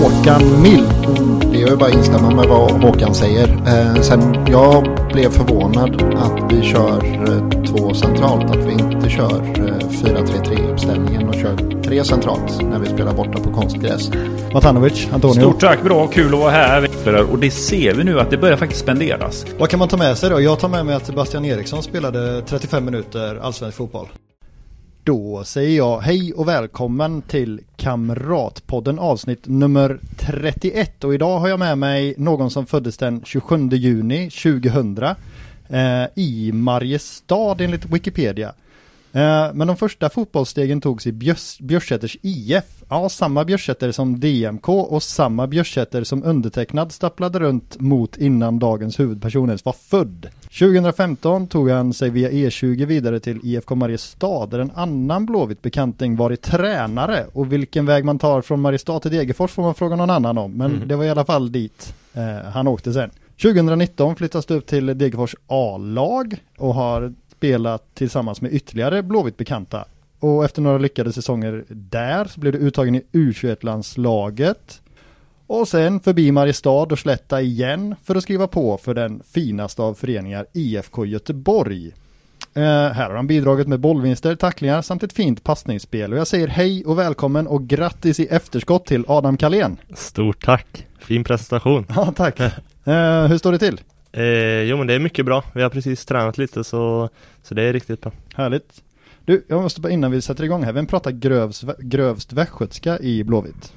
Håkan Mild. Det är ju bara att instämma med vad Håkan säger. Sen jag blev förvånad att vi kör 2 centralt. Att vi inte kör 4-3-3-uppställningen och kör 3 centralt när vi spelar borta på konstgräs. Matanovic, Antonio. Stort tack, bra, kul att vara här. Och det ser vi nu att det börjar faktiskt spenderas. Vad kan man ta med sig då? Jag tar med mig att Sebastian Eriksson spelade 35 minuter allsvensk fotboll. Då säger jag hej och välkommen till Kamratpodden avsnitt nummer 31. Och idag har jag med mig någon som föddes den 27 juni 2000 i Mariestad enligt Wikipedia. Men de första fotbollsstegen togs i Björsätters IF. Ja, samma Björsätter som DMK och samma Björsätter som undertecknad stapplade runt mot innan dagens huvudperson ens var född. 2015 tog han sig via E20 vidare till IFK Mariestad där en annan Blåvitt bekanting varit tränare. Och vilken väg man tar från Mariestad till Degerfors får man fråga någon annan om. Men det var i alla fall dit han åkte sen. 2019 flyttas det upp till Degerfors A-lag och har spelat tillsammans med ytterligare Blåvitt bekanta. Och efter några lyckade säsonger där så blev det uttagen i U21-landslaget. Och sen förbi Mariestad och Slätta igen för att skriva på för den finaste av föreningar IFK Göteborg. Här har han bidragit med bollvinster, tacklingar samt ett fint passningsspel. Och jag säger hej och välkommen och grattis i efterskott till Adam Kalén. Stort tack, fin presentation. Ja, tack. Hur står det till? Jo men det är mycket bra, vi har precis tränat lite så det är riktigt bra. Härligt. Du, jag måste bara innan vi sätter igång här, vem pratar grövst västgötska i Blåvitt?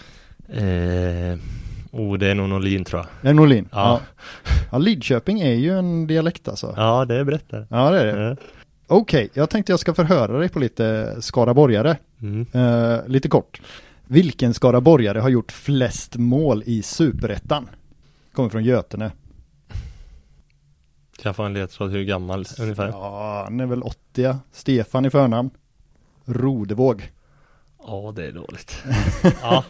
Det är nog Norlin tror jag. Det är Norlin? Ja. Ja, Lidköping är ju en dialekt alltså. Ja, det är brett där. Ja, det är det. Okej, jag tänkte jag ska förhöra dig på lite skaraborgare. Lite kort. Vilken skaraborgare har gjort flest mål i Superettan? Kommer från Götene. Kan jag få en ledtråd hur gammal ungefär? Ja, han är väl 80. Stefan i förnamn. Rodevåg. Ja, det är dåligt. Ja.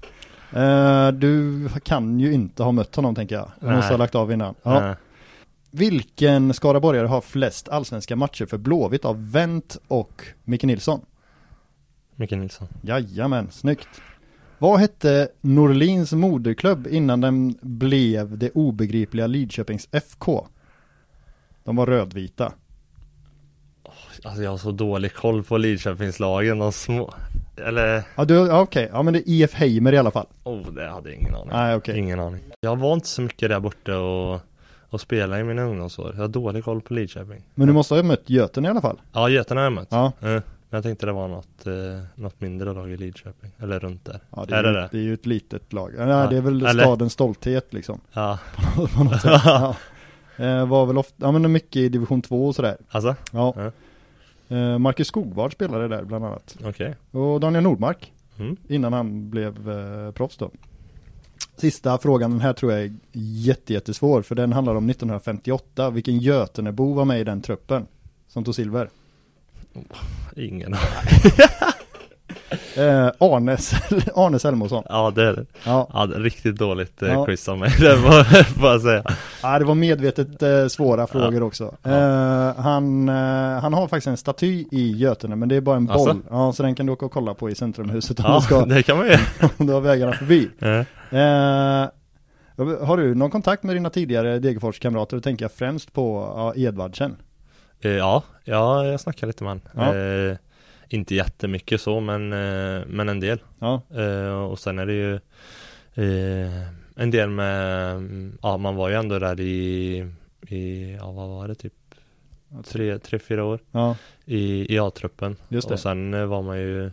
Du kan ju inte ha mött honom tänker jag. Han måste ha lagt av innan. Ja. Nej. Vilken skaraborgare har flest allsvenska matcher för Blåvitt av Wendt och Micke Nilsson? Micke Nilsson. Jajamän, snyggt. Vad hette Norlins moderklubb innan den blev det obegripliga Lidköpings FK? De var rödvita. Alltså jag har så dålig koll på Lidköpingslagen och små. Eller... Ja, okej. Ja, men det är IF Heimer i alla fall. Det hade jag ingen aning. Nej, okej. Ingen aning. Jag var inte så mycket där borta och spela i mina ungdomsår. Jag har dålig koll på Lidköping. Men du måste ha mött Göten i alla fall. Ja, Göten har jag mött. Ja. Men jag tänkte det var något mindre lag i Lidköping. Eller runt där. Ja, det är ju ett litet lag. Ja, det är väl stadens stolthet liksom. Ja. På något sätt. Ja. Var väl ofta, men mycket i division 2 och sådär. Alltså? Ja. Marcus Skogvard spelade där bland annat. Okej. Och Daniel Nordmark. Innan han blev proffs då. Sista frågan, den här tror jag är jättesvår. För den handlar om 1958. Vilken Götenebo var med i den truppen som tog silver? Ingen. Arne Selmosson. Ja, det är det. Ja, det är riktigt dåligt quiz av mig. Det var bara säga. Ja, det var medvetet svåra frågor också. Han har faktiskt en staty i Götene, men det är bara en boll. Ja, så den kan du åka och kolla på i Centrumhuset om du ska. Det kan man ju. Om du har vägarna förbi. Har du någon kontakt med dina tidigare Degerfors-kamrater? Tänker jag främst på Edvardsen. Ja, jag snackar lite med han. Inte jättemycket så, men en del. Ja. Och sen är det ju en del med, man var ju ändå där i vad var det, typ 3-4 år i A-truppen. Just det. Och sen var man ju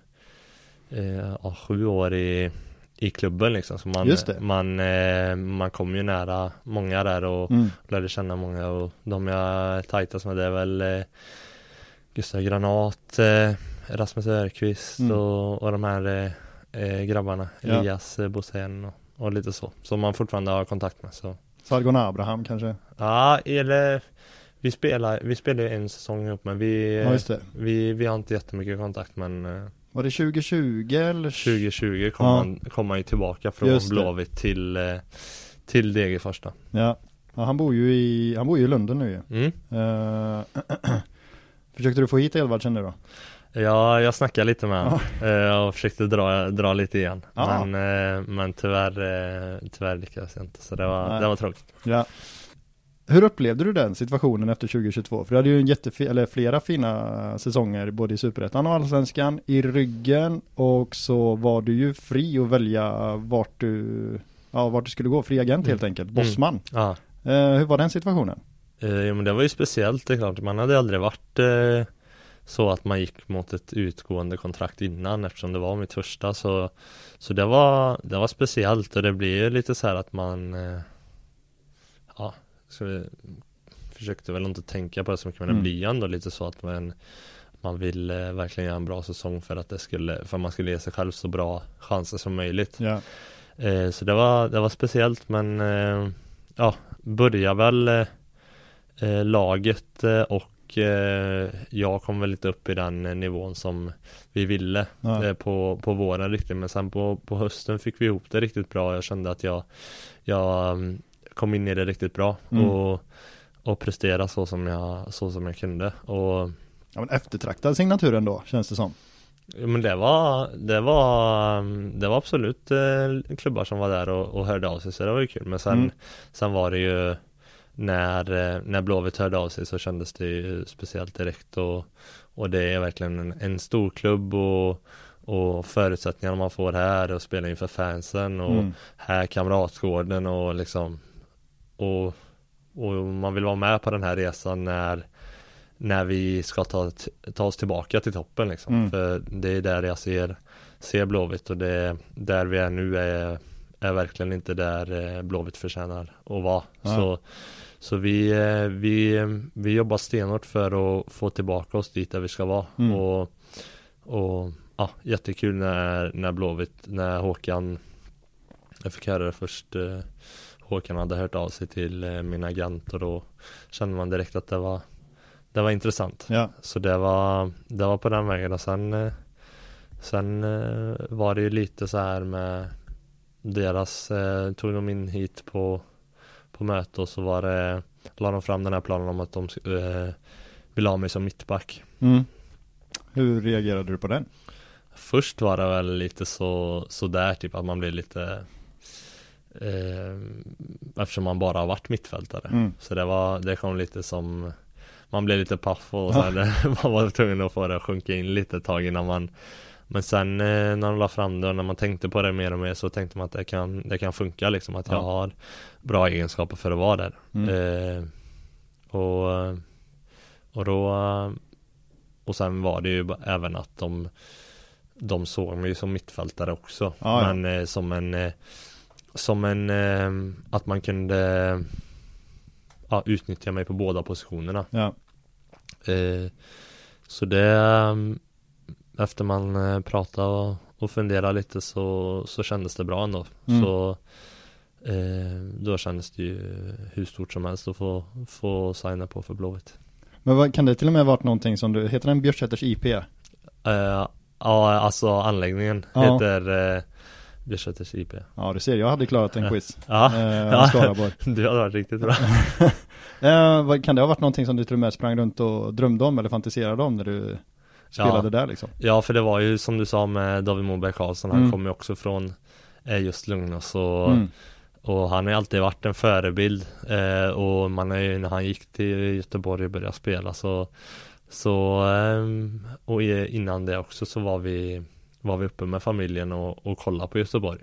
7 år i klubben liksom. Så man kom ju nära många där och lärde känna många, och de jag är tajtast med det är väl Gustav Granat, Rasmus Örqvist och de här grabbarna, Elias Bosén och lite så. Som man fortfarande har kontakt med. Så. Sargon Abraham kanske? Ja, eller vi spelar en säsong ihop, men vi har inte jättemycket kontakt, men... Var det 2020 eller? 2020 kom man ju tillbaka från Blåvitt till Degerfors då. Ja, han bor ju i London nu ju. Försökte du få hit Edvardsen nu då? Ja, jag snackade lite med honom. Jag försökte dra lite igen. Men tyvärr lyckades jag inte. Så det var tråkigt. Ja. Hur upplevde du den situationen efter 2022? För du hade ju flera fina säsonger både i Superettan och Allsvenskan i ryggen. Och så var du ju fri att välja vart du skulle gå. Fri agent helt enkelt. Bossman. Ja. Hur var den situationen? Men det var ju speciellt, det är klart. Man hade aldrig varit så att man gick mot ett utgående kontrakt innan, eftersom det var mitt första. Så det var speciellt, och det blir ju lite så här att man så vi försökte väl inte tänka på det så mycket, men det blir ändå lite så att man vill verkligen göra en bra säsong för att man skulle ge sig själv så bra chanser som möjligt. Ja. Så det var speciellt, men börjar väl laget och jag kom väl lite upp i den nivån som vi ville på våren riktigt, men sen på hösten fick vi ihop det riktigt bra. Jag kände att jag kom in i det riktigt bra och prestera så som jag kunde. Och men eftertraktad signaturen då, känns det som. Men det var absolut klubbar som var där och hörde av sig, så det var ju kul. Men sen var det ju när Blåvitt hörde av sig, så kändes det ju speciellt direkt, och det är verkligen en stor klubb, och förutsättningarna man får här och spela inför fansen och här Kamratgården och liksom och man vill vara med på den här resan när vi ska ta oss tillbaka till toppen liksom. För det är där jag ser Blåvitt, och det där vi är nu är verkligen inte där Blåvitt förtjänar att vara. Så vi jobbar stenhårt för att få tillbaka oss dit där vi ska vara. Och jättekul när Håkan, jag fick höra det först, Håkan hade hört av sig till min agent, och då kände man direkt att det var intressant. Ja. Så det var på den vägen, och sen var det ju lite så här med deras, tog de in hit på möte, och så la de fram den här planen om att de ville ha mig som mittback. Hur reagerade du på den? Först var det väl lite så där typ att man blev lite eftersom man bara har varit mittfältare. Så det kom lite som man blev lite paff, och sen man var tvungen att få det att sjunka in lite ett tag innan men sen när de la fram det och när man tänkte på det mer och mer, så tänkte man att det kan funka liksom, att jag har bra egenskaper för att vara där. Och sen var det ju även att de såg mig som mittfältare också, men som en att man kunde utnyttja mig på båda positionerna. Så det, efter man pratade och funderade lite, så kändes det bra ändå. Så då kändes det ju hur stort som helst att få signa på för Blåvitt. Men kan det till och med varit någonting som heter den Björsätters IP? Ja, alltså anläggningen heter Björsätters IP. Ja, du ser, jag hade klarat en quiz. Skaraborg. Du hade varit riktigt bra. Kan det ha varit någonting som du till och med sprang runt och drömde om eller fantiserade om när du spelade där liksom? Ja, för det var ju som du sa med David Moberg Karlsson, han kom ju också från just Lugnås, och han har alltid varit en förebild, och man är ju, när han gick till Göteborg och började spela och innan det också så var vi uppe med familjen och kollade på Göteborg.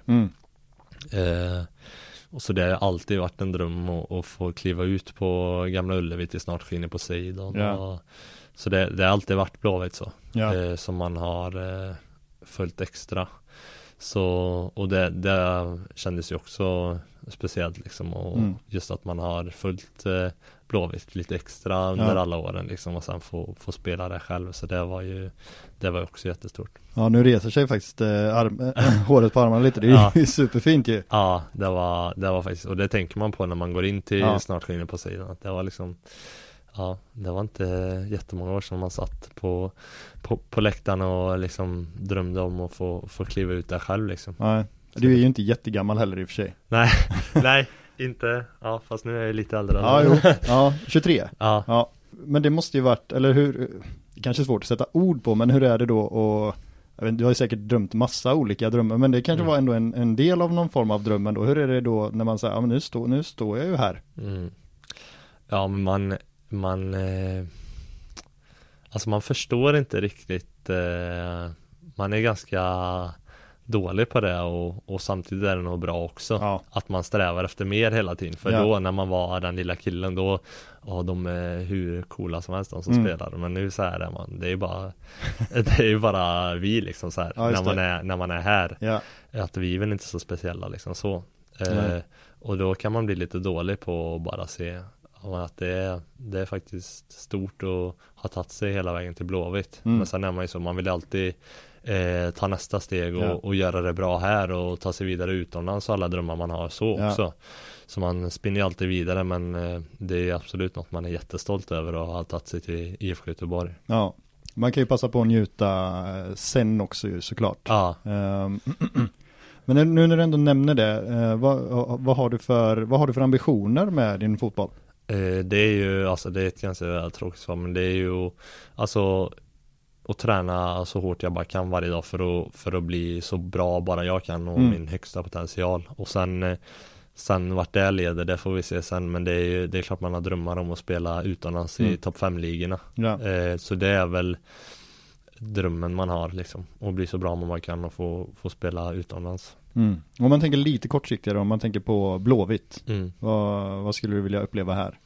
Och så det har alltid varit en dröm att få kliva ut på Gamla Ullevi till snart skiner på sidan. Så det har alltid varit Blåvitt så. Som man har följt extra. Så, och det kändes ju också speciellt liksom, och just att man har följt Blåvitt lite extra under alla åren liksom, och sen få spela det själv, så det var också jättestort. Ja, nu reser sig faktiskt håret på armarna lite, det är ju superfint ju. Ja, det var faktiskt, och det tänker man på när man går in till snart skiner på sidan, att det var liksom, det var inte jättemånga år som man satt på läktaren och liksom drömde om att få kliva ut där själv liksom. Nej, du är ju inte jättegammal heller i och för sig. Nej, inte. Ja, fast nu är jag lite äldre. 23. Ja. Men det måste ju varit, eller hur, kanske svårt att sätta ord på, men hur är det då? Och jag vet, du har ju säkert drömt massa olika drömmar, men det kanske var ändå en del av någon form av drömmen då. Hur är det då när man säger, ja men nu står jag ju här. Ja, men alltså man förstår inte riktigt, man är ganska dålig på det och samtidigt är det nog bra också att man strävar efter mer hela tiden, för då när man var den lilla killen då, de är hur coola som helst de som spelar, men nu så här är man, det är ju bara vi liksom så här, när man är här, att vi är väl inte så speciella liksom så, och då kan man bli lite dålig på att bara se att det är faktiskt stort och har tagit sig hela vägen till Blåvitt. Men sen är man ju så, man vill alltid ta nästa steg och göra det bra här och ta sig vidare utomlands och alla drömmar man har så också. Så man spinner ju alltid vidare, men det är absolut något man är jättestolt över och har tagit sig till IFK Göteborg. Ja, man kan ju passa på att njuta sen också ju, såklart. Ja. Men nu när du ändå nämner det, vad har du för ambitioner med din fotboll? Det är ju, alltså det är ett ganska tråkigt svar, men det är ju alltså att träna så hårt jag bara kan varje dag för att bli så bra bara jag kan och min högsta potential. Och sen vart det leder, det får vi se sen, men det är klart man har drömmar om att spela utomlands i topp 5-ligorna. Så det är väl drömmen man har liksom, och bli så bra man kan och få spela utomlands. Om man tänker lite kortsiktigare, om man tänker på Blåvitt, vad skulle du vilja uppleva här?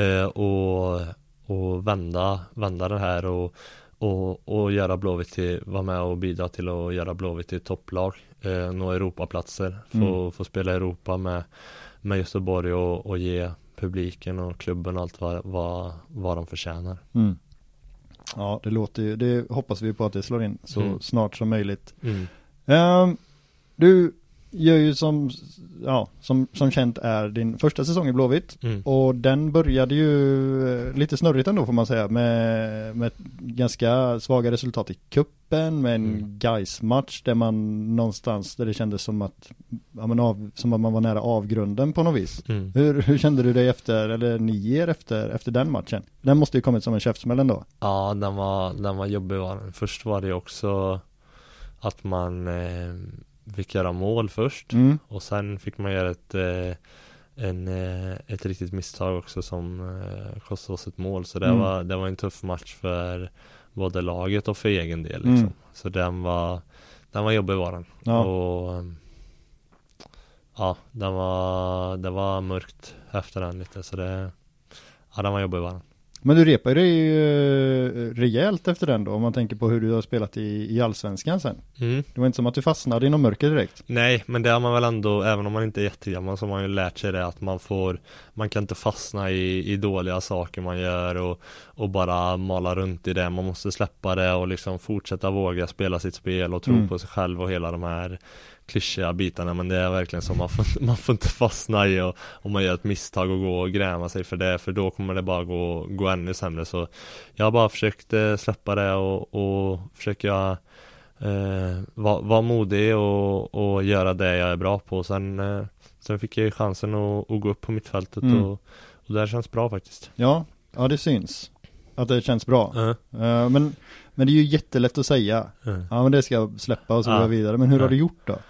Och vända det här och göra Blåvitt till, vara med och bidra till att göra Blåvitt till topplag, nå Europaplatser, få spela i Europa med Göteborg och ge publiken och klubben allt vad de förtjänar. Ja, det hoppas vi på att det slår in så snart som möjligt. Du gör ju som känt är din första säsong i Blåvitt, och den började ju lite snurrigt ändå får man säga, med ganska svaga resultat i kuppen, med en Gais-match där man någonstans, där det kändes som att man var nära avgrunden på något vis. Hur kände du dig efter den matchen? Den måste ju kommit som en käftsmäll ändå. Ja, den var jobbig. Först var det också att man fick göra mål först, och sen fick man göra ett riktigt misstag också som kostade oss ett mål, så det var en tuff match för både laget och för egen del liksom. Så den var jobbig var den. Och det var mörkt efter den lite, så den var jobbig var den. Men du repar dig ju rejält efter den då, om man tänker på hur du har spelat i Allsvenskan sen. Det var inte som att du fastnade i någon mörker direkt. Nej, men det har man väl ändå, även om man inte är jättegammal, så har man ju lärt sig det, att man kan inte fastna i dåliga saker man gör och bara mala runt i det. Man måste släppa det och liksom fortsätta våga spela sitt spel och tro på sig själv och hela de här klyschiga bitarna, men det är verkligen så, man får inte fastna i och om man gör ett misstag och gå och gräma sig för det, för då kommer det bara gå ännu sämre. Så jag har bara försökt släppa det och försöka vara modig och göra det jag är bra på. Sen fick jag ju chansen att gå upp på mittfältet och det känns bra faktiskt. Ja, det syns att det känns bra. Men det är ju jättelätt att säga. Ja, men det ska jag släppa och så gå vidare. Men hur har du gjort då?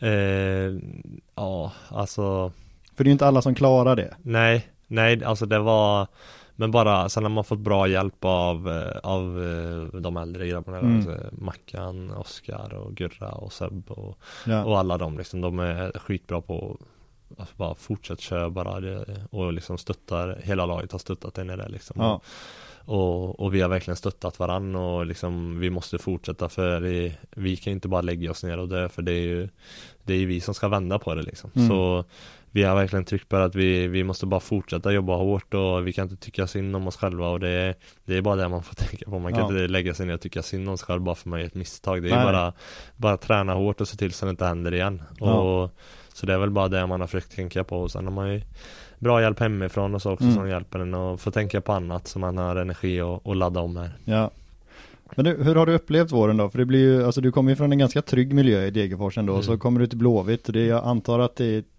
Alltså... För det är ju inte alla som klarar det. Nej, alltså det var... Men bara, sen har man fått bra hjälp av de äldre grabbarna. Alltså Mackan, Oskar och Gurra och Seb och alla dem liksom. De är skitbra på att bara fortsätta köra bara och liksom stöttar, hela laget har stöttat en i det liksom. Och vi har verkligen stöttat varann, och liksom vi måste fortsätta, för vi kan inte bara lägga oss ner och dö, för det är vi som ska vända på det liksom. Så vi har verkligen tryckt på att vi måste bara fortsätta jobba hårt, och vi kan inte tycka synd om oss själva, och det är bara det man får tänka på. Man kan inte lägga sig ner och tycka synd om sig själv bara för man gör ett misstag. Det är bara träna hårt och se till så att det inte händer igen. Så det är väl bara det man har försökt tänka på, och sen har man ju bra hjälp hemifrån och så också som hjälper en att få tänka på annat, så man har energi och ladda om här. Ja. Men hur har du upplevt våren då? För det blir ju, alltså du kommer ju från en ganska trygg miljö i Degerfors ändå, så kommer du till Blåvitt. Jag antar att det är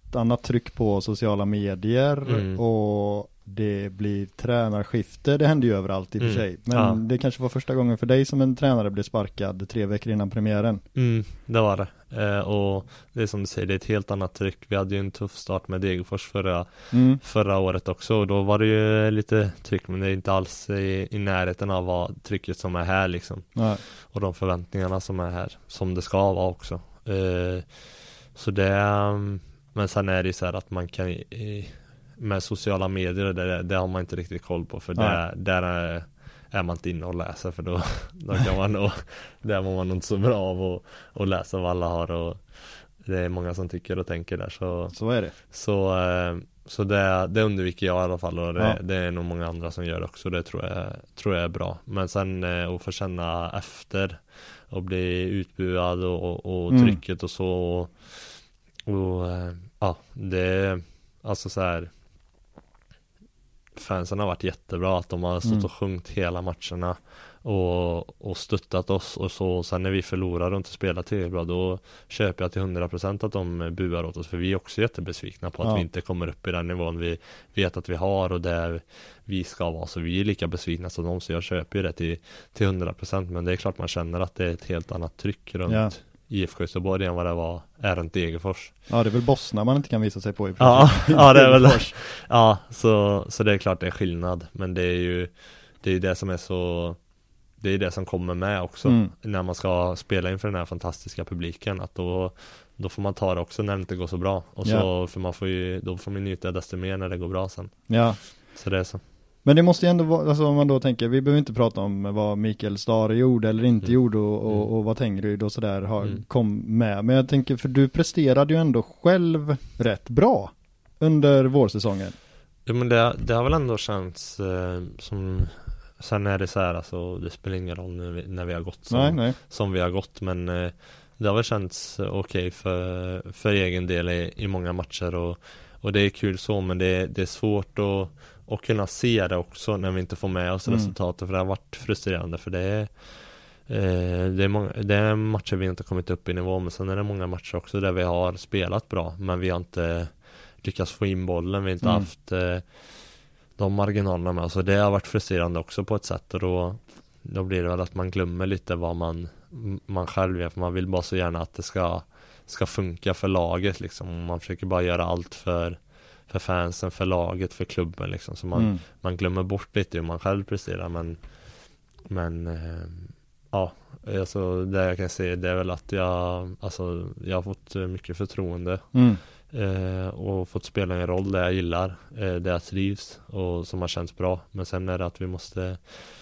ett annat tryck på sociala medier och det blir tränarskifte. Det händer ju överallt i och för sig. Men det kanske var första gången för dig som en tränare blev sparkad 3 veckor innan premiären. Det var det. Och det är som du säger, det är ett helt annat tryck. Vi hade ju en tuff start med Degerfors förra året också. Och då var det ju lite tryck, men det är inte alls i närheten av vad trycket som är här liksom. Nej. Och de förväntningarna som är här, som det ska vara också. Så det, men sen är det så här att man kan med sociala medier, det har man inte riktigt koll på, för där är man inte inne och läser, för då kan man nog, där mår man inte så bra av att läsa vad alla har, och det är många som tycker och tänker där, så är det. Så det undviker jag i alla fall, och det är nog många andra som gör det också. Det tror jag är bra. Men sen att få känna efter och bli utbuad och trycket och så, och det, alltså så här, fansen har varit jättebra, att de har stått och sjungit hela matcherna och stöttat oss, och så sen när vi förlorar och inte spelar tillräckligt bra, då köper jag till 100% att de buar åt oss, för vi är också jättebesvikna på att vi inte kommer upp i den nivån vi vet att vi har och där vi ska vara, så vi är lika besvikna som de, så jag köper ju det till 100%, men det är klart man känner att det är ett helt annat tryck runt IFK Göteborg än vad det var runt Degerfors. Ja, det är väl Bosna man inte kan visa sig på i ja, det är väl det. Ja, så det är klart det är skillnad, men det är ju det som är så, det är det som kommer med också när man ska spela inför den här fantastiska publiken, att då får man ta det också när det inte går så bra, och så för då får man njuta desto mer när det går bra sen. Ja. Så det är så. Men det måste ju ändå vara, alltså om man då tänker, vi behöver inte prata om vad Mikael Stare gjorde eller inte gjorde och vad Tengryd och sådär kom med. Men jag tänker, för du presterade ju ändå själv rätt bra under vårsäsongen. Ja, men det har väl ändå känts som, sen är det så här, alltså det spelar ingen roll när vi har gått som vi har gått, men det har väl känts okej för egen del i många matcher, och det är kul så, men det är svårt att kunna se det också när vi inte får med oss resultatet, för det har varit frustrerande, för det är matcher vi inte kommit upp i nivå, men sen är det många matcher också där vi har spelat bra, men vi har inte lyckats få in bollen, vi har inte haft de marginalerna med, så det har varit frustrerande också på ett sätt, och då blir det väl att man glömmer lite vad man själv är, för man vill bara så gärna att det ska funka för laget liksom, man försöker bara göra allt för fansen, för laget, för klubben liksom, så man glömmer bort lite hur man själv presterar, men alltså det jag kan säga, det är väl att jag har fått mycket förtroende och fått spela en roll där jag gillar, där jag trivs och som har känts bra, men sen är det att vi måste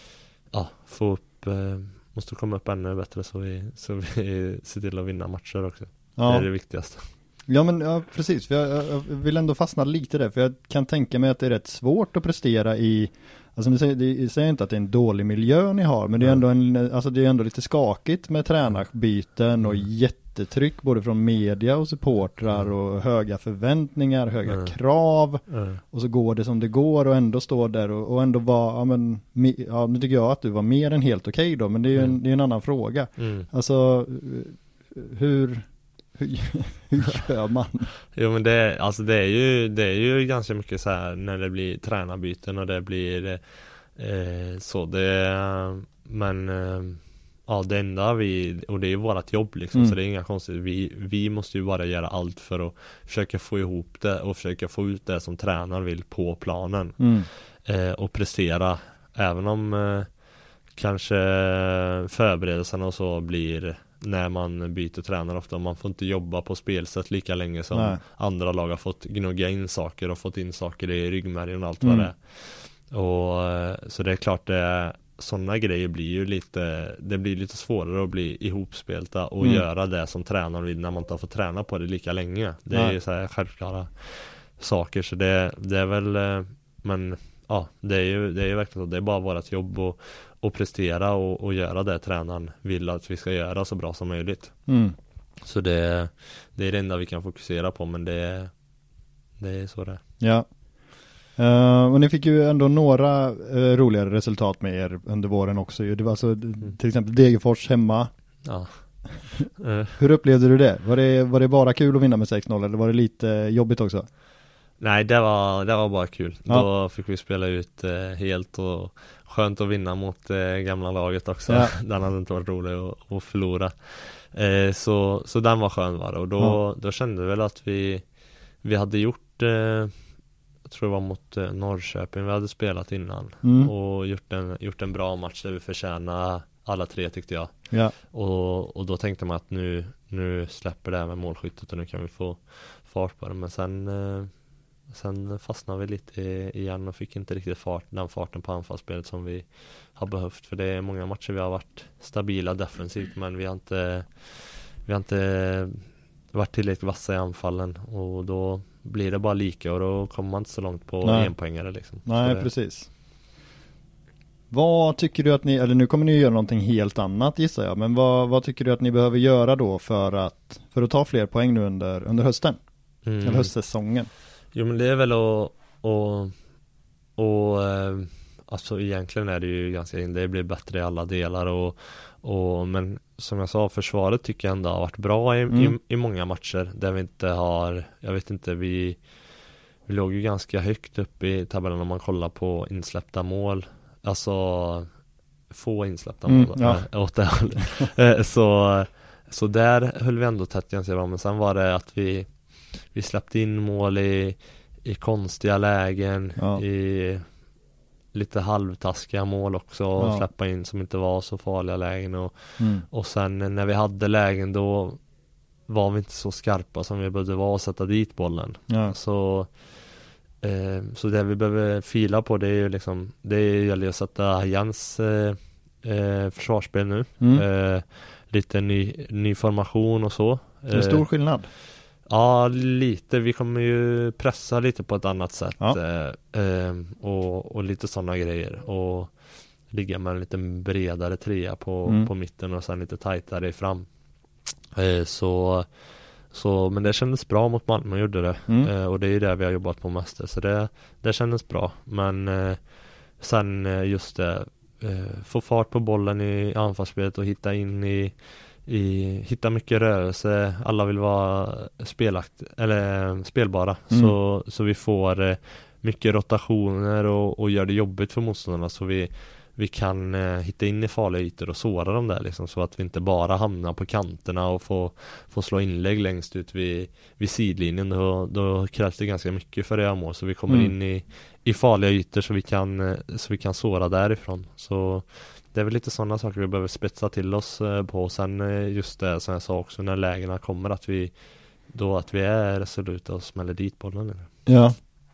måste komma upp ännu bättre, så vi ser till att vinna matcher också. Det är det viktigaste. Ja, men precis, för jag vill ändå fastna lite där, för jag kan tänka mig att det är rätt svårt att prestera i, alltså ni säger inte att det är en dålig miljö ni har, men det är ändå det är ändå lite skakigt med tränarbyten och jättetryck både från media och supportrar och höga förväntningar, höga krav, och så går det som det går, och ändå står där och ändå var, nu tycker jag att du var mer än helt okej då, men det är ju en annan fråga. Alltså hur gör man? Jo, men det är ju ganska mycket så här när det blir tränarbyten och det blir så det, men det enda och det är ju vårat jobb liksom, så det är inga konstigt, vi måste ju bara göra allt för att försöka få ihop det och försöka få ut det som tränaren vill på planen och prestera, även om kanske förberedelserna och så blir, när man byter tränare ofta, man får inte jobba på spelsätt lika länge som andra lag har fått gnugga in saker och fått in saker i ryggmärgen och allt vad det är. Och så det är klart, sådana grejer blir ju lite svårare att bli ihopspelta och göra det som tränaren vill när man inte får träna på det lika länge. Det är ju så här självklara saker, så det är väl, men det är ju verkligen så, det är bara vårt jobb och prestera och göra det tränaren vill att vi ska göra så bra som möjligt. Så det är det enda vi kan fokusera på, men det är så det är. Ja. Och ni fick ju ändå några roligare resultat med er under våren också. Det var alltså till exempel Degerfors hemma. Hur upplevde du det? Var det bara kul att vinna med 6-0 eller var det lite jobbigt också? Nej, det var bara kul. Ja. Då fick vi spela ut helt och skönt att vinna mot gamla laget också. Ja. Den hade inte varit rolig att förlora. Så den var skön var det. Och då kände vi väl att vi hade gjort jag tror det var mot Norrköping vi hade spelat innan och gjort en bra match där vi förtjänade alla 3 tyckte jag. Ja. Och då tänkte man att nu släpper det här med målskyttet och nu kan vi få fart på det. Men sen fastnade vi lite igen och fick inte riktigt den farten på anfallsspelet som vi har behövt. För det är många matcher vi har varit stabila defensivt men vi har inte varit tillräckligt vassa i anfallen och då blir det bara lika och då kommer man inte så långt på enpoängare liksom. Nej, precis. Vad tycker du att ni, eller nu kommer ni göra någonting helt annat gissar jag, men vad tycker du att ni behöver göra då för att ta fler poäng nu under hösten? Eller höstsäsongen? Jo men det är väl alltså egentligen är det ju ganska, det blir bättre i alla delar men som jag sa, försvaret tycker jag ändå har varit bra i många matcher där vi inte har, jag vet inte, vi låg ju ganska högt upp i tabellen om man kollar på insläppta mål, alltså få insläppta mål åt det hållet. Så där höll vi ändå tätt ganska bra, men sen var det att vi släppte in mål i konstiga lägen, i lite halvtaskiga mål också och släppa in som inte var så farliga lägen och sen när vi hade lägen då var vi inte så skarpa som vi behövde vara och sätta dit bollen. Så det vi behöver fila på det är ju liksom, det gäller att sätta Jens försvarsspel nu. Lite ny formation och så. Det är stor skillnad. Ja, lite. Vi kommer ju pressa lite på ett annat sätt och lite sådana grejer och ligga med en lite bredare trea på mitten och sen lite tajtare fram. Men det kändes bra mot Malmö, gjorde det. Och det är ju det vi har jobbat på mest. Så det kändes bra. Men sen just det, få fart på bollen i anfallsspelet och hitta in hitta mycket rörelse. Alla vill vara spelbara. Så vi får mycket rotationer och gör det jobbigt för motståndarna så vi kan hitta in i farliga ytor och såra dem där liksom, så att vi inte bara hamnar på kanterna och få slå inlägg längst ut vid sidlinjen. Då krävs det ganska mycket för det mål, så vi kommer in i farliga ytor så vi kan såra därifrån. Så det är väl lite sådana saker vi behöver spetsa till oss på. Sen just det som jag sa också, när lägena kommer att vi är resoluta och smäller dit bollen. Ja.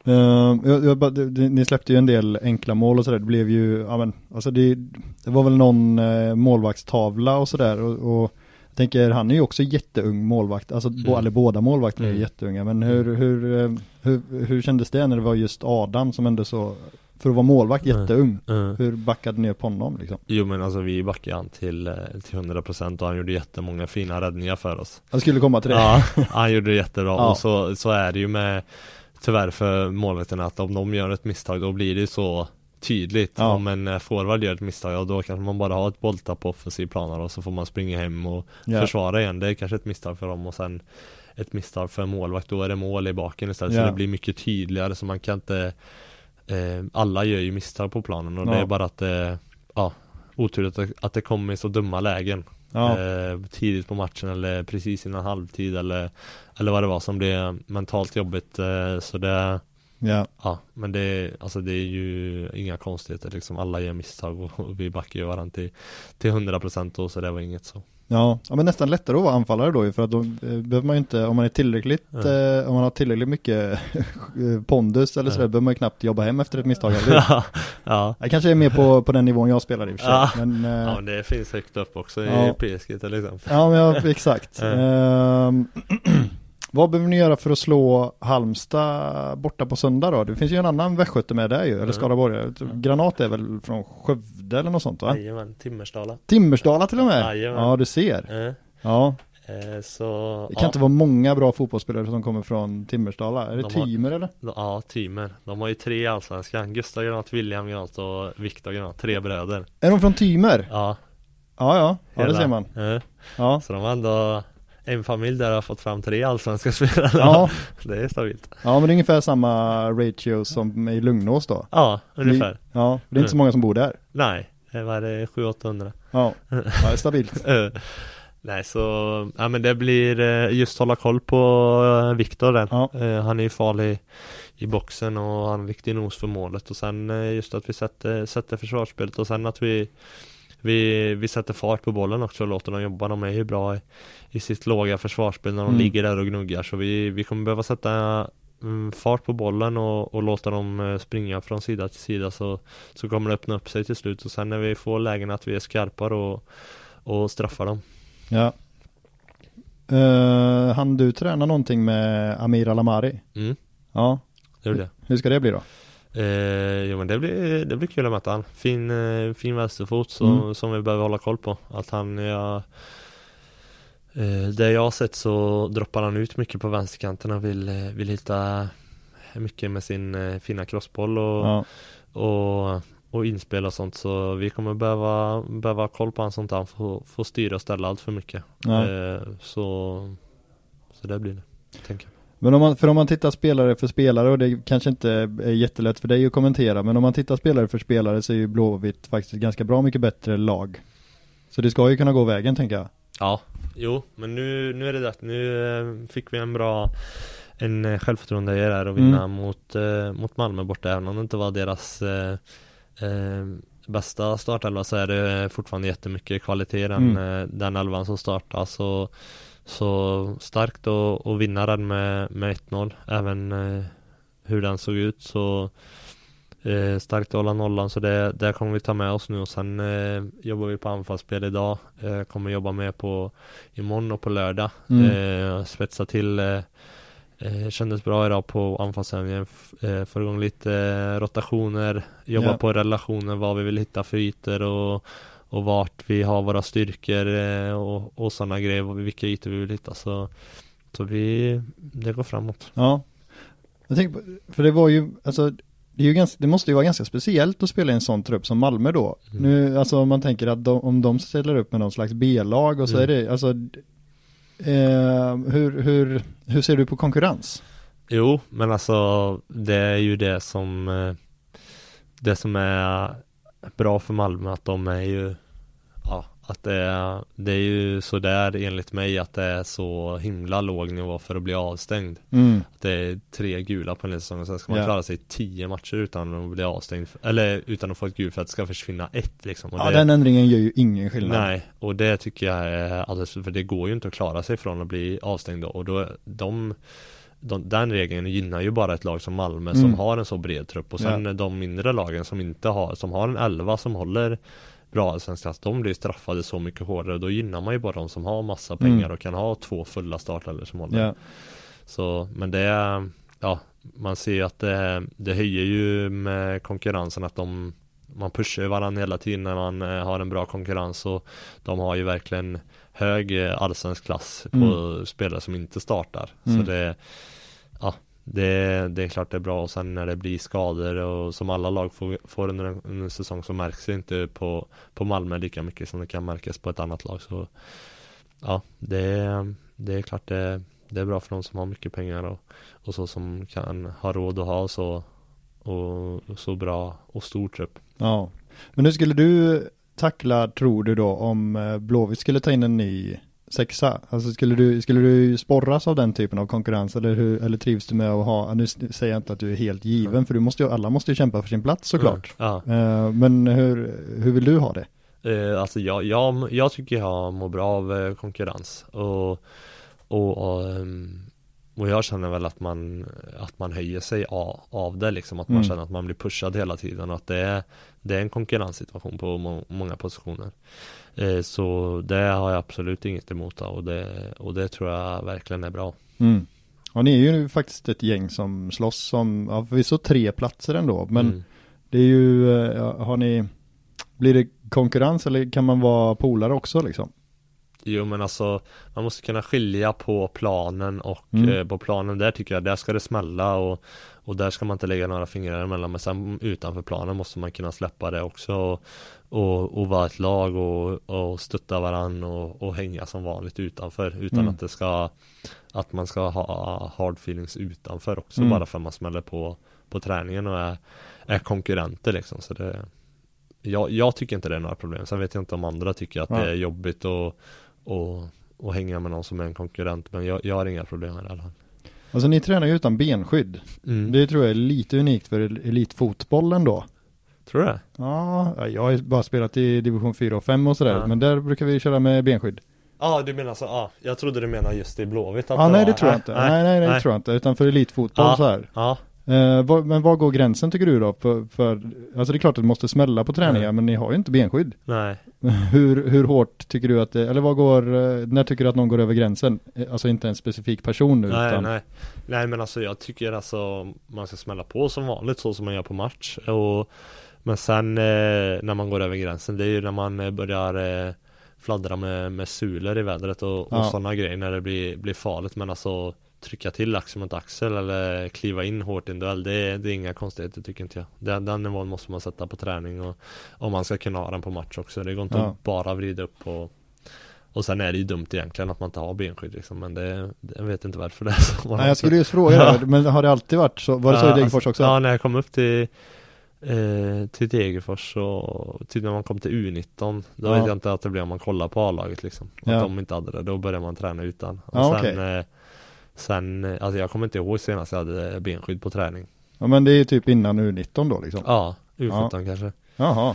Ni släppte ju en del enkla mål och sådär. Det blev ju, alltså det var väl någon målvaktstavla och sådär och jag tänker, han är ju också jätteung målvakt, alltså båda målvakterna är jätteunga, men hur kändes det när det var just Adam som ändå så, för att vara målvakt jätteung, hur backade ni upp honom liksom? Jo men alltså vi backade han till 100% och han gjorde jättemånga fina räddningar för oss. Jag skulle komma till det. Ja, han gjorde det jättebra och så är det ju med tyvärr för målvakterna att om de gör ett misstag då blir det så tydligt. Om en forward gör ett misstag då kanske man bara har ett bolltapp på offensiv planer och så får man springa hem och försvara igen. Det är kanske ett misstag för dem och sen ett misstag för målvakt, då är det mål i baken istället. Så det blir mycket tydligare, så man kan inte alla gör ju misstag på planen och det är bara att oturligt att det kommer så dumma lägen tidigt på matchen eller precis innan halvtid eller vad det var som blev mentalt jobbigt, så det men det är ju inga konstigheter liksom, alla gör misstag och vi backar ju varandra till 100% och så det var inget så. Ja, men nästan lättare att vara anfallare då, för att då behöver man ju inte, om man är tillräckligt om man har tillräckligt mycket pondus eller så där, behöver man ju knappt jobba hem efter ett misstag. Jag kanske är mer på den nivån jag spelar i och för sig. Men det finns högt upp också i PSG till exempel. Ja, exakt. Vad behöver ni göra för att slå Halmstad borta på söndag då? Det finns ju en annan västgöte med där ju, eller Skaraborg. Granat är väl från Skövde eller något sånt va? Jajamän, Timmersdala till och med? Jajamän. Ja, du ser. Ja. Så, det kan inte vara många bra fotbollsspelare som kommer från Timmersdala. Är det Timer eller? Ja, Timer. De har ju 3 allsvenska. Gustav Granat, William Granat och Viktor Granat. 3 bröder. Är de från Timer? Ja. Ja, det ser man. Ja. Så de har ändå en familj där har fått fram 3 allsvenska spelare. Ja. Det är stabilt. Ja, men det är ungefär samma ratio som i Lugnås då. Ja, ungefär. Ja, det är inte så många som bor där. Nej, det var 700-800. Ja, det är stabilt. Nej, så ja, men det blir just hålla koll på Viktor där. Ja. Han är ju farlig i boxen och han är viktig nos för målet. Och sen just att vi sätter försvarsspelet och sen att vi sätter fart på bollen också och låter dem jobba. De är ju bra i sitt låga försvarsspel när de ligger där och gnuggar. Så vi kommer behöva sätta fart på bollen och låta dem springa från sida till sida så kommer det öppna upp sig till slut. Och sen när vi får lägen att vi är skarpare och straffar dem. Ja. Han du tränar någonting med Amir Alamari? Mm. Ja. Det är det. Hur ska det bli då? Jo, men det blir kul att möta han. Fin vänsterfot som vi behöver hålla koll på. Att han det jag har sett så droppar han ut mycket på vänsterkanten och vill hitta mycket med sin fina crossboll och inspel och sånt. Så vi kommer behöva ha koll på han sånt han får styra och ställa allt för mycket. Så det blir det, tänker jag. Men om man tittar spelare för spelare, och det kanske inte är jättelätt för dig att kommentera, men om man tittar spelare för spelare så är ju Blåvitt faktiskt ganska bra mycket bättre lag. Så det ska ju kunna gå vägen, tänker jag. Ja, jo, men nu är det rätt. Nu fick vi en självförtroende där och vinna mot Malmö borta. Även om det inte var deras bästa startelva så är det fortfarande jättemycket kvalitet den elvan som startar. Så starkt att vinna den med 1-0. Även hur den såg ut så starkt att hålla nollan. Så det kommer vi ta med oss nu. Och sen jobbar vi på anfallsspel idag. Kommer jobba med på imorgon och på lördag. Spetsa till. Kändes bra idag på anfallsövningen. Få igång lite rotationer. Jobba på relationer. Vad vi vill hitta för ytor och vart vi har våra styrkor och sådana grejer, vilka ytor vi vill hitta, så det går framåt. Ja. Jag tänker för det var ju, alltså det måste ju vara ganska speciellt att spela i en sån trupp som Malmö då. Nu, alltså om man tänker att om de ställer upp med någon slags B-lag och så är det, alltså hur ser du på konkurrens? Jo, men alltså det är ju det som är bra för Malmö, att de är ju att det är ju så där enligt mig att det är så himla låg nivå för att bli avstängd. Att det är 3 gula på en säsong och sen ska man klara sig 10 matcher utan att bli avstängd eller utan att få ett gult för att det ska försvinna 1 liksom. Och den ändringen gör ju ingen skillnad. Nej, och det tycker jag är alldeles, för det går ju inte att klara sig från att bli avstängd då, och då den regeln gynnar ju bara ett lag som Malmö som har en så bred trupp, och sen de mindre lagen som har en 11 som håller bra allsvensk, de blir straffade så mycket hårdare, och då gynnar man ju bara de som har massa pengar och kan ha 2 fulla startare som håller. Så, men det man ser ju att det höjer ju med konkurrensen, att man pushar varandra hela tiden när man har en bra konkurrens, och de har ju verkligen hög allsvensk klass på spelare som inte startar. Så det är klart det är bra, och sen när det blir skador och som alla lag får under en säsong, så märks det inte på Malmö lika mycket som det kan märkas på ett annat lag. Så det är klart det är bra för de som har mycket pengar och så, som kan ha råd att ha så bra och stor trupp. Ja, men nu skulle du tackla, tror du då, om Blåvitt skulle ta in en ny 6:a? Alltså skulle du sporras av den typen av konkurrens, eller trivs du med att ha, nu säger jag inte att du är helt given, för alla måste ju kämpa för sin plats såklart. Men hur vill du ha det? Alltså jag tycker jag mår bra av konkurrens, och jag känner väl att man höjer sig av det liksom, att man känner att man blir pushad hela tiden, och att det är en konkurrenssituation på många positioner. Så det har jag absolut inget emot, och det tror jag verkligen är bra. Och ni är ju faktiskt ett gäng som slåss om, förvisso 3 platser ändå, men det är ju, blir det konkurrens, eller kan man vara polare också liksom? Jo, men alltså man måste kunna skilja på planen och på planen där tycker jag, där ska det smälla och där ska man inte lägga några fingrar emellan, men sen utanför planen måste man kunna släppa det också och vara ett lag och stötta varann och hänga som vanligt utanför utan att man ska ha hard feelings utanför också bara för att man smäller på träningen och är konkurrenter liksom, så det jag tycker inte det är några problem. Sen vet jag inte om andra tycker att det är jobbigt och hänga med någon som är en konkurrent, men jag har inga problem med det i alla fall. Alltså ni tränar ju utan benskydd. Det tror jag är lite unikt för elitfotbollen då. Tror du det? Ja, jag har bara spelat i division 4 och 5 och sådär, men där brukar vi köra med benskydd. Ja, du menar så, jag trodde du menar just i Blåvitt. Nej, det tror jag inte. Nej, det tror jag inte, utan för elitfotboll så här. Ja. Men vad går gränsen tycker du då? För alltså det är klart att det måste smälla på träningar, men ni har ju inte benskydd. Nej. Hur hårt tycker du att det, eller när tycker du att någon går över gränsen? Alltså inte en specifik person nu. Nej, men alltså jag tycker alltså man ska smälla på som vanligt så som man gör på match. Men sen när man går över gränsen, det är ju när man börjar fladdra med sulor i vädret och sådana grejer när det blir farligt. Men alltså trycka till axel mot axel eller kliva in hårt i en duell, det är inga konstigheter tycker inte jag. Den nivån måste man sätta på träning och om man ska kunna ha den på match också. Det går inte att bara vrida upp och sen är det ju dumt egentligen att man inte har benskydd liksom, men jag vet inte varför det är så. Nej, jag skulle just fråga det, men har det alltid varit så? Var det så i Degerfors också? Ja, när jag kom upp till Degerfors och till när man kom till U19 då vet jag inte att det blev om man kollar på A-laget liksom. Att de inte hade det, då började man träna utan. Och sen, alltså jag kommer inte ihåg senast jag hade benskydd på träning. Ja, men det är typ innan U19 då liksom? Ja, U17 kanske. Jaha.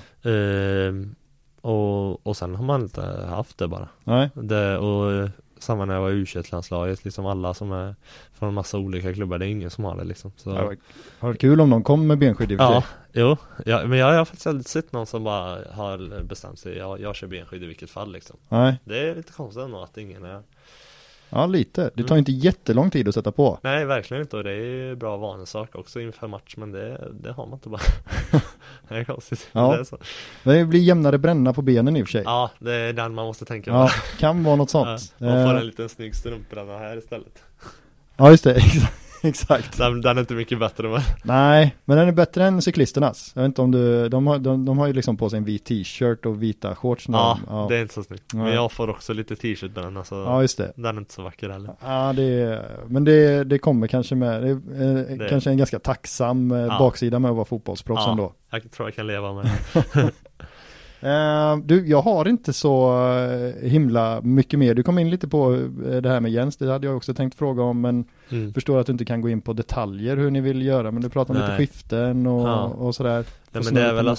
Och sen har man inte haft det bara. Nej. Och samma när jag var i U21-landslaget, liksom alla som är från en massa olika klubbar, det är ingen som har det liksom. Så. Ja, har det kul om någon kommer med benskydd i och för sig? Jo. Men jag har faktiskt aldrig sett någon som bara har bestämt sig, jag kör benskydd i vilket fall liksom. Nej. Det är lite konstigt ändå att ingen är. Ja, lite. Det tar inte jättelång tid att sätta på. Nej, verkligen inte. Och det är bra vanesak också inför match. Men det har man inte bara. Det är konstigt. Ja. Det är så. Det blir jämnare bränna på benen i och för sig. Ja, det är den man måste tänka på. Ja, kan vara något sånt. Man får en liten snygg strumpbränna här istället. Ja, just det. Exakt. Den är inte mycket bättre med. Nej, men den är bättre än cyklisternas. Jag vet inte om de har ju liksom på sig en vit t-shirt och vita shorts. Ja, det är inte så snyggt. Men jag får också lite t-shirt med den. Alltså, ja, just det. Den är inte så vacker heller. Ja, men det kommer kanske med. Det kanske en ganska tacksam baksida med att vara fotbollsproffs ändå. Jag tror jag kan leva med jag har inte så himla mycket mer. Du kom in lite på det här med Jens. Det hade jag också tänkt fråga om, men förstår att du inte kan gå in på detaljer hur ni vill göra, men du pratar om lite skiften och sådär. Nej, men det är väl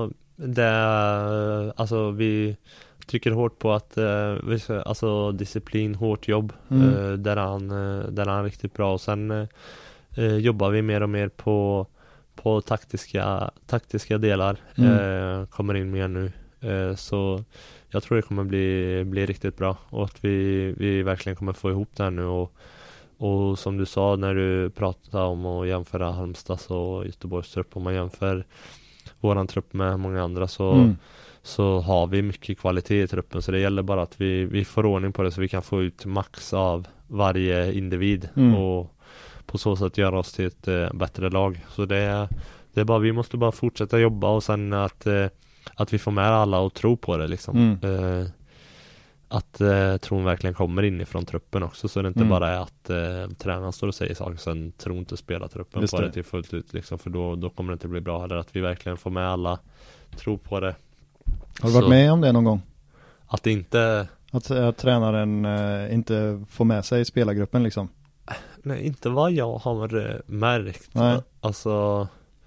alltså vi trycker hårt på att alltså disciplin, hårt jobb där han är riktigt bra, och sen jobbar vi mer och mer på taktiska delar kommer in mer nu, så jag tror det kommer bli riktigt bra och att vi verkligen kommer få ihop det här nu, och som du sa när du pratade om att jämföra Halmstads och Göteborgs trupp, om man jämför våran trupp med många andra så har vi mycket kvalitet i truppen, så det gäller bara att vi får ordning på det så vi kan få ut max av varje individ och på så sätt göra oss till ett bättre lag. Så det är bara, vi måste bara fortsätta jobba, och sen att vi får med alla och tro på det liksom. Att tron verkligen kommer inifrån truppen också, så det inte bara är att tränaren står och säger saker sen tror inte spela truppen på det till fullt ut liksom, för då kommer det inte bli bra. Eller att vi verkligen får med alla, tro på det. Har du varit med om det någon gång? Att inte att tränaren inte får med sig spelargruppen liksom? Nej, inte vad jag har märkt. Nej. Alltså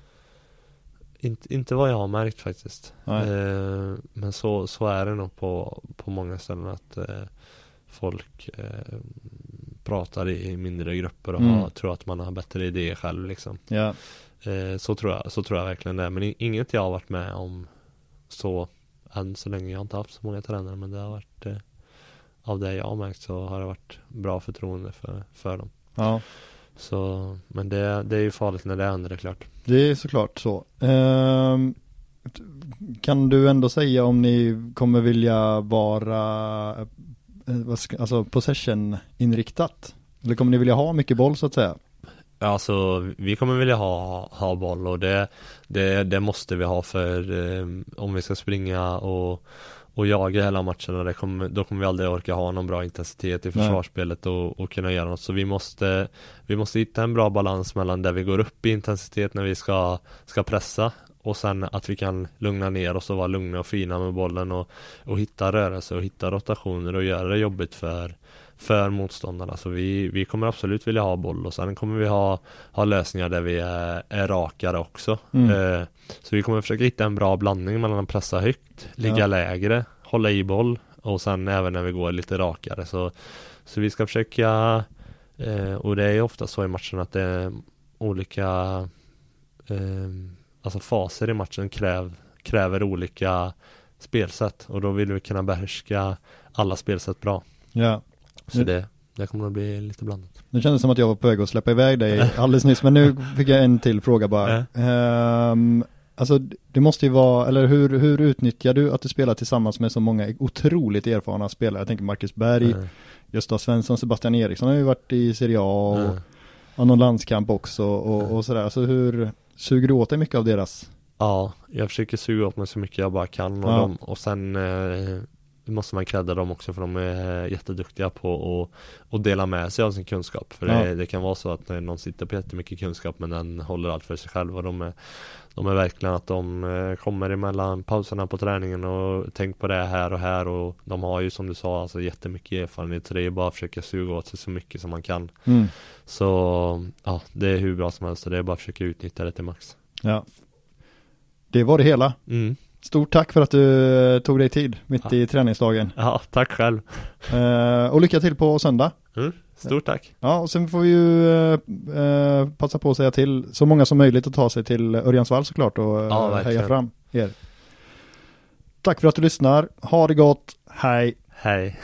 inte vad jag har märkt faktiskt. Men så är det nog på många ställen, att folk pratar i mindre grupper och tror att man har bättre idéer själv liksom. Ja. Så tror jag verkligen det. Men inget jag har varit med om så än så länge. Jag har inte haft så många tränare, men det har varit av det jag har märkt så har det varit bra förtroende för dem. Ja. Så, men det är ju farligt när det händer, det är klart. Det är såklart så. Kan du ändå säga om ni kommer vilja vara alltså possession-inriktat? Eller kommer ni vilja ha mycket boll så att säga? Alltså vi kommer vilja ha boll, och det måste vi ha, för om vi ska springa och jaga hela matchen, då kommer vi aldrig orka ha någon bra intensitet i försvarsspelet och kunna göra något. Så vi måste hitta en bra balans mellan där vi går upp i intensitet när vi ska pressa, och sen att vi kan lugna ner oss och vara lugna och fina med bollen och hitta rörelse och hitta rotationer och göra det jobbigt för motståndarna. Så vi kommer absolut vilja ha boll, och sen kommer vi ha lösningar där vi är rakare också. Så vi kommer försöka hitta en bra blandning mellan att pressa högt, ligga lägre, hålla i boll, och sen även när vi går lite rakare. Så vi ska försöka, och det är ofta så i matchen att det är olika alltså faser i matchen kräver olika spelsätt, och då vill vi kunna behärska alla spelsätt bra. Ja. Så det kommer att bli lite blandat. Det kändes som att jag var på väg att släppa iväg dig alldeles nyss, men nu fick jag en till fråga bara. Alltså det måste ju vara, eller hur utnyttjar du att du spelar tillsammans med så många otroligt erfarna spelare? Jag tänker Marcus Berg, Gösta Svensson, Sebastian Eriksson har ju varit i Serie A och någon landskamp också och sådär. Så hur suger du åt dig mycket av deras? Ja, jag försöker suga åt mig så mycket jag bara kan och sen måste man credda dem också, för de är jätteduktiga på att dela med sig av sin kunskap. För det kan vara så att någon sitter på jättemycket kunskap men den håller allt för sig själv, och de är verkligen att de kommer emellan pauserna på träningen och tänk på det här och här, och de har ju som du sa alltså jättemycket erfarenhet, så det är bara att försöka suga åt sig så mycket som man kan. Så ja, det är hur bra som helst, och det är bara att försöka utnyttja det till max. Ja, det var det hela. Stort tack för att du tog dig tid mitt i träningsdagen. Ja, tack själv. Och lycka till på söndag. Stort tack. Ja, och sen får vi ju passa på att säga till så många som möjligt att ta sig till Örjansvall såklart och heja fram er. Tack för att du lyssnar. Ha det gott. Hej. Hej.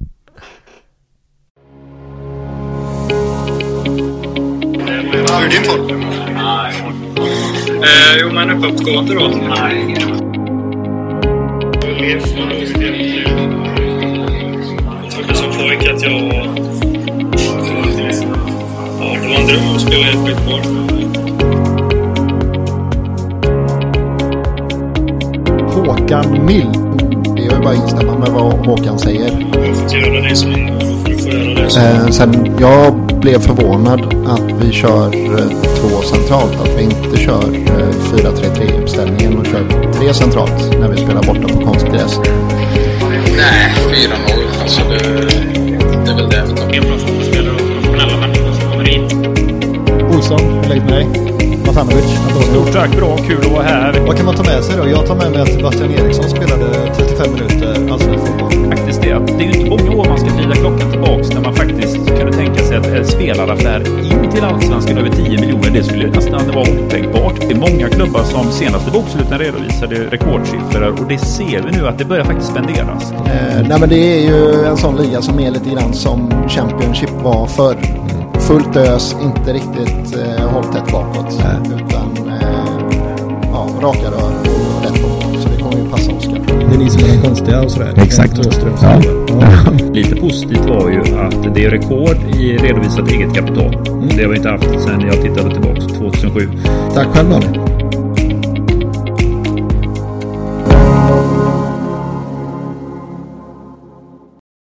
Hur är din form? Jo, men uppåtgående då. Jag trodde som pojk att jag det var en dröm att spela i ett skitboll. Håkan Mill. Det är ju bara att instämma med vad Håkan säger. Jag får göra det som du får göra det som. Sen jag blev förvånad att vi kör 2 centralt, att vi inte kör 4-3-3 uppställningen och kör 3 centralt när vi spelar borta på konstgräs. Nej, 4-0. Alltså det är väl det. Det är bra fotbollsspelare och professionella människor som kommer in. Olsson, lägg med dig. Matanovic. Stort tack, bra, kul att vara här. Vad kan man ta med sig då? Jag tar med mig att Sebastian Eriksson spelade 35 minuter allsvensk fotboll. Faktiskt det är ju inte många år man ska vrida klockan tillbaks när man faktiskt kunde tänka sig att en spelaraffär in till allsvenskan över 10 miljoner, det skulle nästan vara otänkbart. Det är många klubbar som senaste boksluten redovisade rekordsiffror, och det ser vi nu att det börjar faktiskt spenderas. Nej, men det är ju en sån liga som är lite grann som Championship var för fullt ös, inte riktigt hållt tätt bakåt, utan raka rör och rätt på mål, så det kommer ju passa Oskar. Det är ni som är konstiga och sådär. Exakt. Lite positivt var ju att det är rekord i redovisat eget kapital. Det har vi inte haft sedan jag tittade tillbaka 2007. Tack själv då.